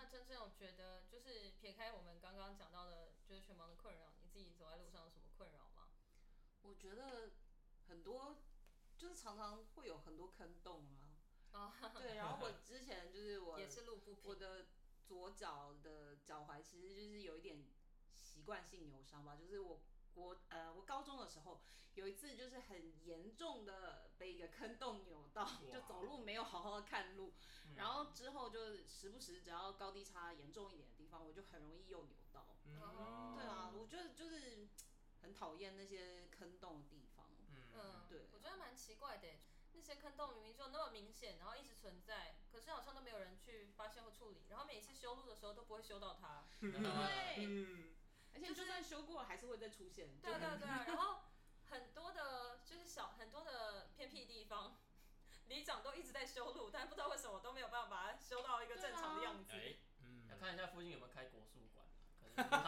真正有觉得，就是撇开我们刚刚讲到的，就是全盲的困扰，你自己走在路上有什么困扰吗？ 我觉得很多就是常常会有很多坑洞啊。对，然后我之前就是也是路不平， 我的左脚的脚踝其实就是有一点习惯性扭伤吧，就是我高中的时候有一次就是很严重的被一个坑洞扭到，就走路没有好好的看路，然后之后就时不时只要高低差严重一点的地方，我就很容易又扭到。对啊，我觉得就是很讨厌那些坑洞的地方。对， 我觉得蛮奇怪的。那些坑洞明明就那么明显，然后一直存在，可是好像都没有人去发现或处理，然后每次修路的时候都不会修到它。 对，而且就算修过了，还是会再出现。 对啊，然后很多的，就是很多的偏僻地方，里长都一直在修路，但不知道为什么都没有办法把它修到一个正常的样子。 要看一下附近有没有开国术馆可能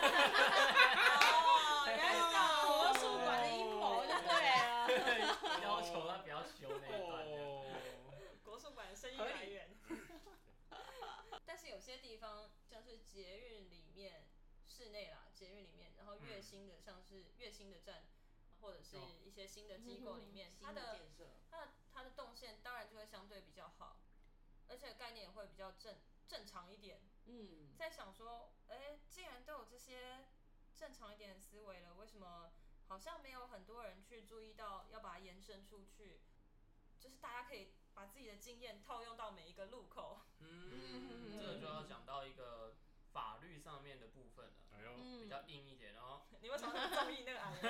原来是国术馆的阴谋就对了， 要求他不要修那一段。 国术馆的生意来源。但是有些地方像是捷运里面室内啦，捷运里面，然后越新的像是越新的站，或者是一些新的机构里面，它的动线当然就会相对比较好，而且概念也会比较正常一点。在想说，既然都有这些正常一点的思维了，为什么好像没有很多人去注意到要把它延伸出去？就是大家可以把自己的经验套用到每一个路口。 这个就要讲到一个法律上面的部分了，比较硬一点。然后你为什么很中意那个矮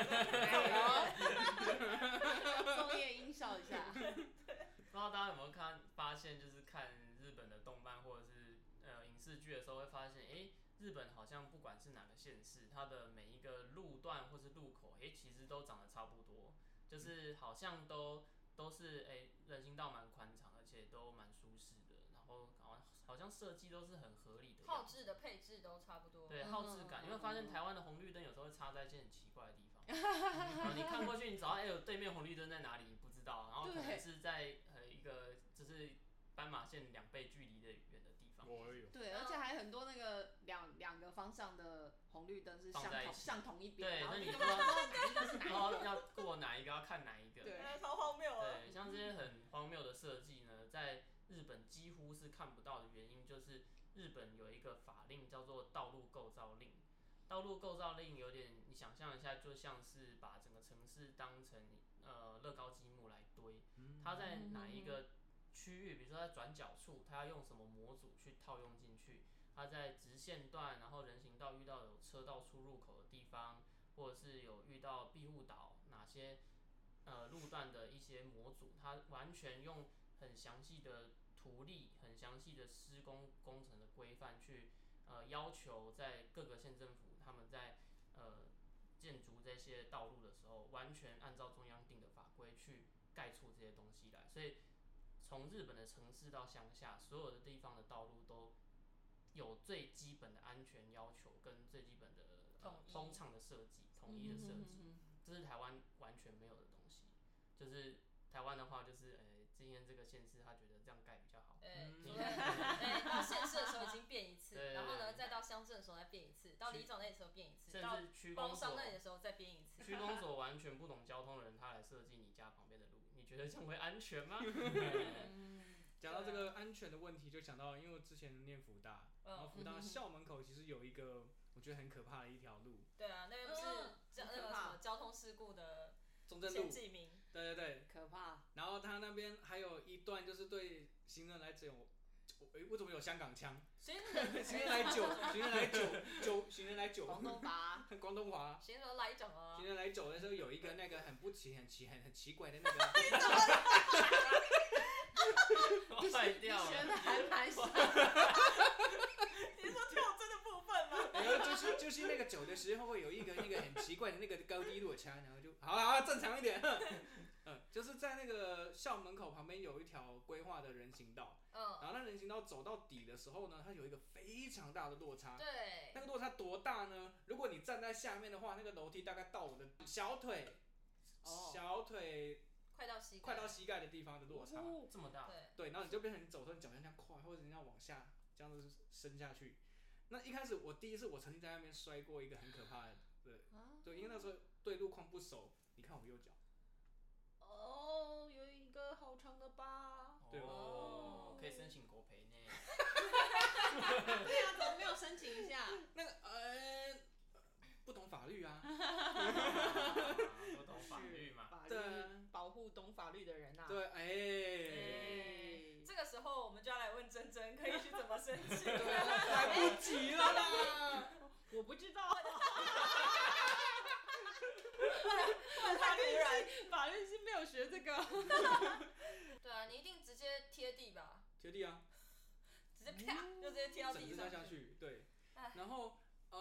人？中业音效一下。 不知道大家有没有发现，就是看日本的动漫或者是影视剧的时候，会发现，日本好像不管是哪个县市，它的每一个路段或是路口，其实都长得差不多，就是好像都是人行道蛮宽敞，而且都蛮舒适的，然后好像设计都是很合理的， 号志的配置都差不多。 对，号志感，因为发现台湾的红绿灯有时候会插在一些很奇怪的地方，你看过去，你找到对面红绿灯在哪里，你不知道，然后可能是在一个就是斑马线2倍距离的远的地方。 对，而且还很多那个两个方向的红绿灯是向同一边， 对，那你不知道要过哪一个，要看哪一个， 对，超荒谬啊。 对，像这些很荒谬的设计呢，在日本几乎是看不到的原因，就是日本有一个法令叫做道路构造令。道路构造令有点，你想象一下，就像是把整个城市当成乐高积木来堆，它在哪一个区域，比如说在转角处，它要用什么模组去套用进去。它在直线段，然后人行道遇到有车道出入口的地方，或者是有遇到庇护岛哪些路段的一些模组，它完全用很详细的图例、很详细的施工工程的规范去要求在各个县政府他们在建筑这些道路的时候，完全按照中央定的法规去盖出这些东西来。所以从日本的城市到乡下，所有的地方的道路都有最基本的安全要求跟最基本的通畅的设计、统一的设计，这是台湾完全没有的东西。就是台湾的话，就是今天这个县市他觉得这样盖比较好， 到县市的时候已经变一次， 对然后呢，再到乡镇的时候再变一次，到里长那里的时候变一次， 甚至区公所那里的时候再变一次。 区公所完全不懂交通的人，他来设计你家旁边的路，你觉得这样会安全吗？ 讲到这个安全的问题，就想到，因为我之前念福大，然后福大校门口其实有一个我觉得很可怕的一条路。 对啊，那边不是那个什么交通事故的前几名。 对， 可怕。 然后他那边还有一段就是对行人来讲，为什么有香港腔？行人来酒， 广东话， 广东话。 行人来酒啊。 行人来酒的时候有一个那个很奇怪的那个。 坏掉了。 你学的还蛮像。 你是说跳针的部分吗？ 然后就是那个走的时候会有一个很奇怪的那个高低落差，然后就好正常一点。就是在那个校门口旁边有一条规划的人行道，然后那人行道走到底的时候呢，它有一个非常大的落差。 对。 那个落差多大呢？如果你站在下面的话，那个楼梯大概到我的小腿快到膝盖的地方的落差， 这么大。 对，然后你就变成你走的时候，你脚像这样跨，或者你要往下这样子升下去。那一开始我第一次我曾经在那边摔过一个很可怕的，对，因为那时候对路况不熟。你看我右脚， 哦，有一个好长的疤。 对哦，可以申请国赔呢。 对啊，怎么没有申请一下？ 那个不懂法律啊。 不懂法律嘛。 法律保护懂法律的人啊。 对， 这个时候我们就要来问珍珍，可以去怎么申请？ 来不及了啦。 我不知道。 太突然， 法律系没有学这个。 对啊，你一定直接贴地吧？ 贴地啊， 直接啪就直接贴到整只地上下去，对。然后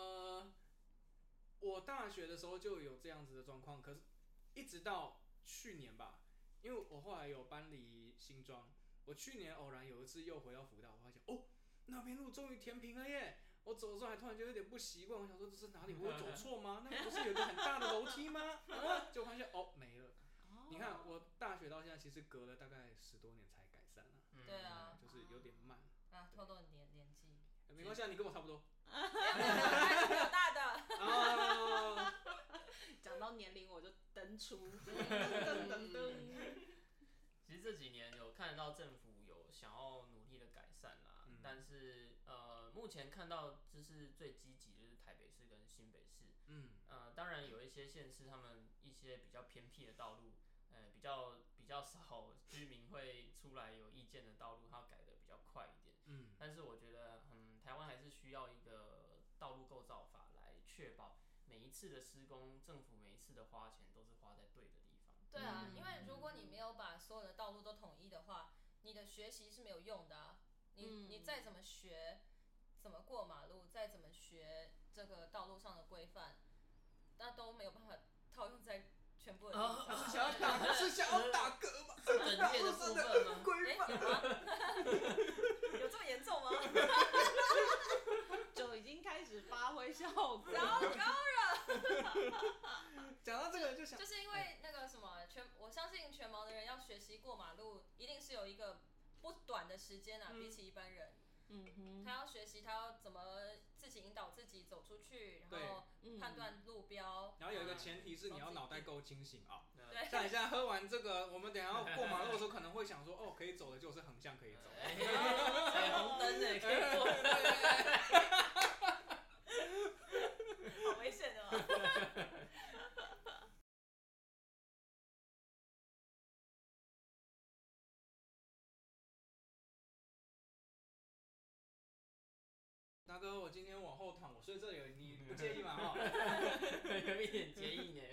我大学的时候就有这样子的状况，可是一直到去年吧，因为我后来有搬离新庄，我去年偶然有一次又回到福大，我发现那边路终于填平了耶！我走的时候还突然觉得有点不习惯，我想说这是哪里？我有走错吗？那不是有一个很大的楼梯吗？就发现没了。你看我大学到现在其实隔了大概10多年才改善了。 对啊， 就是有点慢。 透露年纪。 没关系啊，你跟我差不多。 有大的。 讲到年龄我就登出。噔。 其实这几年有看到政府有想要努力的改善啦，但是目前看到就是最积极的就是台北市跟新北市。当然有一些县市他们一些比较偏僻的道路，比较少居民会出来有意见的道路，它要改得比较快一点。但是我觉得台湾还是需要一个道路构造法来确保每一次的施工，政府每一次的花钱都是花在对的地方。 对啊，因为如果你没有把所有的道路都统一的话，你的学习是没有用的啊。你再怎么学，怎么过马路，再怎么学这个道路上的规范，那都没有办法套用在全部的地方。 是想要打嗝吗？ 是整列的部分吗？ 有吗？有这么严重吗？ 就已经开始发挥效果。 糟糕了。 讲到这个就想， 就是因为那个什么我相信全盲的人要学习过马路，一定是有一个不短的时间啊，比起一般人。他要学习，他要怎么自己引导自己走出去，然后判断路标。 然后有一个前提是你要脑袋够清醒啊。 对。 像你现在喝完这个，我们等一下要过马路的时候可能会想说，可以走的就是横向可以走。 彩虹灯呢，可以过。 好危险哦。 大哥，我今天往后躺，我睡这里，你不介意吗？ 有一点介意呢。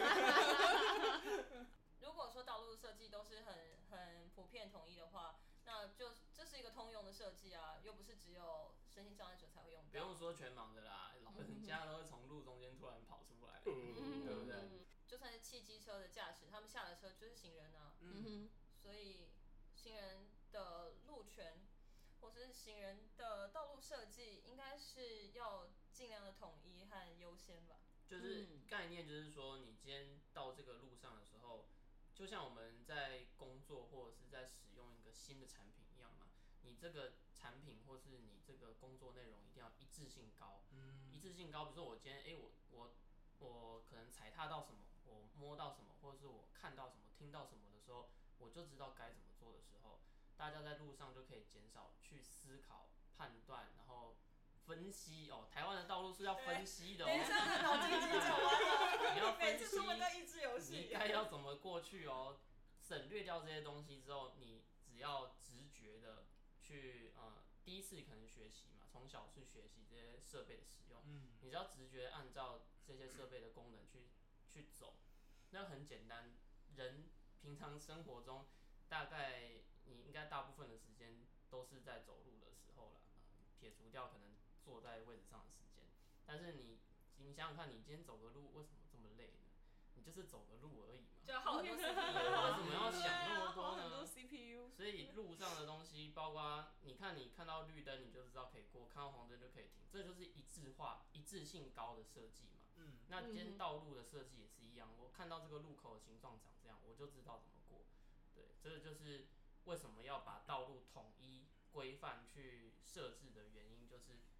如果说道路设计都是很普遍统一的话，那就这是一个通用的设计啊，又不是只有身心障碍者才会用到。 不用说全盲的啦，老人家都会从路中间突然跑出来，对不对？ 就算是汽机车的驾驶，他们下了车就是行人啊。所以行人的路权或是行人的道路设计，应该是要尽量的统一和优先吧。 就是概念就是说，你今天到这个路上的时候，就像我们在工作或者是在使用一个新的产品一样嘛，你这个产品或是你这个工作内容一定要一致性高。一致性高，比如说我今天我可能踩踏到什么，我摸到什么，或者是我看到什么、听到什么的时候，我就知道该怎么做的时候，大家在路上就可以减少去思考、判断，然后分析哦。台湾的道路是要分析的哦。 等一下，脑筋急转弯了。 你要分析， 每次出门都益智游戏。 你该要怎么过去哦？省略掉这些东西之后，你只要直觉的去第一次可能学习嘛，从小去学习这些设备的使用，你只要直觉按照这些设备的功能去走，那很简单。人平常生活中，大概你应该大部分的时间都是在走路的时候啦，撇除掉可能坐在位置上的时间。但是你想想看，你今天走个路为什么这么累呢？你就是走个路而已嘛， 就要耗很多 CPU， 为什么要想那么多呢？ 很多 CPU。 所以路上的东西，包括你看到绿灯你就知道可以过，看到红灯就可以停，这就是一致化、一致性高的设计嘛。那今天道路的设计也是一样，我看到这个路口的形状长这样，我就知道怎么过。对，这个就是为什么要把道路统一规范去设置的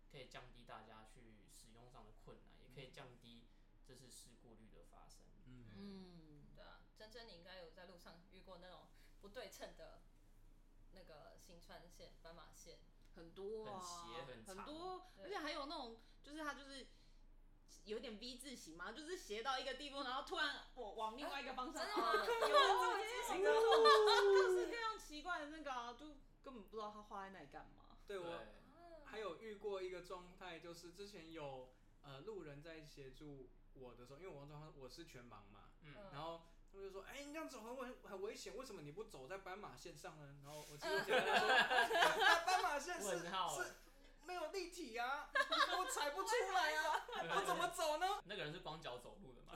可以降低大家去使用上的困难，也可以降低这次事故率的发生。 对啊，珍珍你应该有在路上遇过那种不对称的那个行川线、斑马线。 很多啊， 很斜很长很多，而且还有那种，就是它就是有点 V 字形嘛，就是斜到一个地步，然后突然往另外一个方向， 真的吗？ 有这么畸形的各式各样奇怪的那个啊，就根本不知道它画在那里干嘛。 对，我还有遇过一个状态，就是之前有路人在协助我的时候，因为我是全盲嘛，然后他们就说：“哎、你这样走很危险，为什么你不走在斑马线上呢？”然后我记得他说：“斑马线是没有立体啊，我踩不出来啊，我怎么走呢？” 那个人是光脚走路的嘛？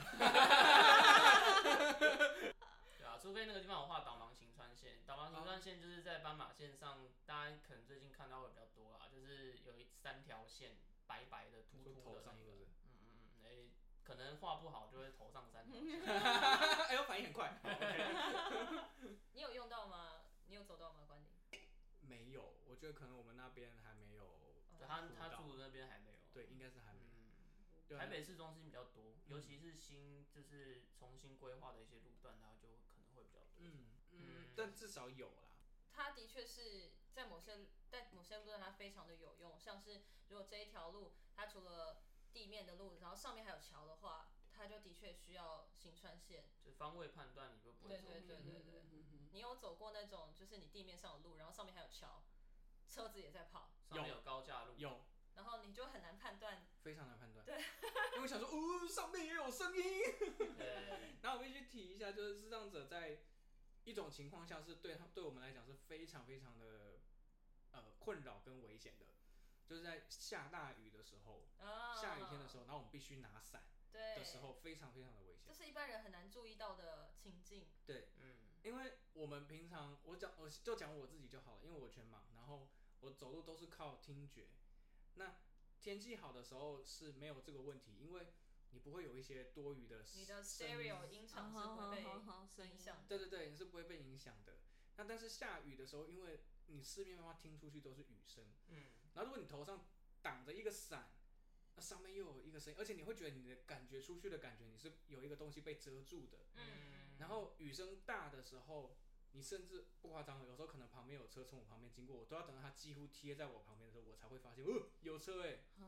对啊，除非那个地方有画导盲行川线，导盲行川线就是在斑马线上，大家可能最近看到会比较多啦，就是有3条线白白的凸凸的那个，可能画不好就会头上3条线。 哎呦，反应很快。 你有用到吗？你有走到吗？关顶？ 没有，我觉得可能我们那边还没有。 对，他住的那边还没有。 对，应该是还没有。 台北市中心比较多，尤其是就是重新规划的一些路段，它就可能会比较多。 但至少有啦。 它的确是在某些路段它非常的有用，像是如果这一条路它除了地面的路，然后上面还有桥的话，它就的确需要行川线。 就方位判断你就不会走。 对。你有走过那种就是你地面上有路，然后上面还有桥，车子也在跑， 上面有高架路。 有。 然后你就很难判断， 非常难判断。 对， 因为我想说，上面也有声音。 对。 然后我必须提一下，就是视障者在一种情况下是对我们来讲是非常非常的困扰跟危险的，就是在下大雨的时候，下雨天的时候，然后我们必须拿伞的时候，非常非常的危险。 这是一般人很难注意到的情境。 对，因为我们平常我就讲我自己就好了，因为我全盲，然后我走路都是靠听觉。那天气好的时候是没有这个问题，因为你不会有一些多余的你的 stereo 音场是不会被影响。 对，你是不会被影响的。那但是下雨的时候，因为你四面八方听出去都是雨声，然后如果你头上挡着一个伞，那上面又有一个声音，而且你会觉得你的感觉出去的感觉，你是有一个东西被遮住的。然后雨声大的时候，你甚至不夸张，有时候可能旁边有车从我旁边经过，我都要等到它几乎贴在我旁边的时候，我才会发现，有车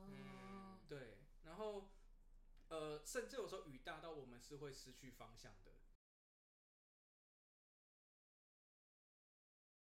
对，然后甚至有时候雨大到我们是会失去方向的。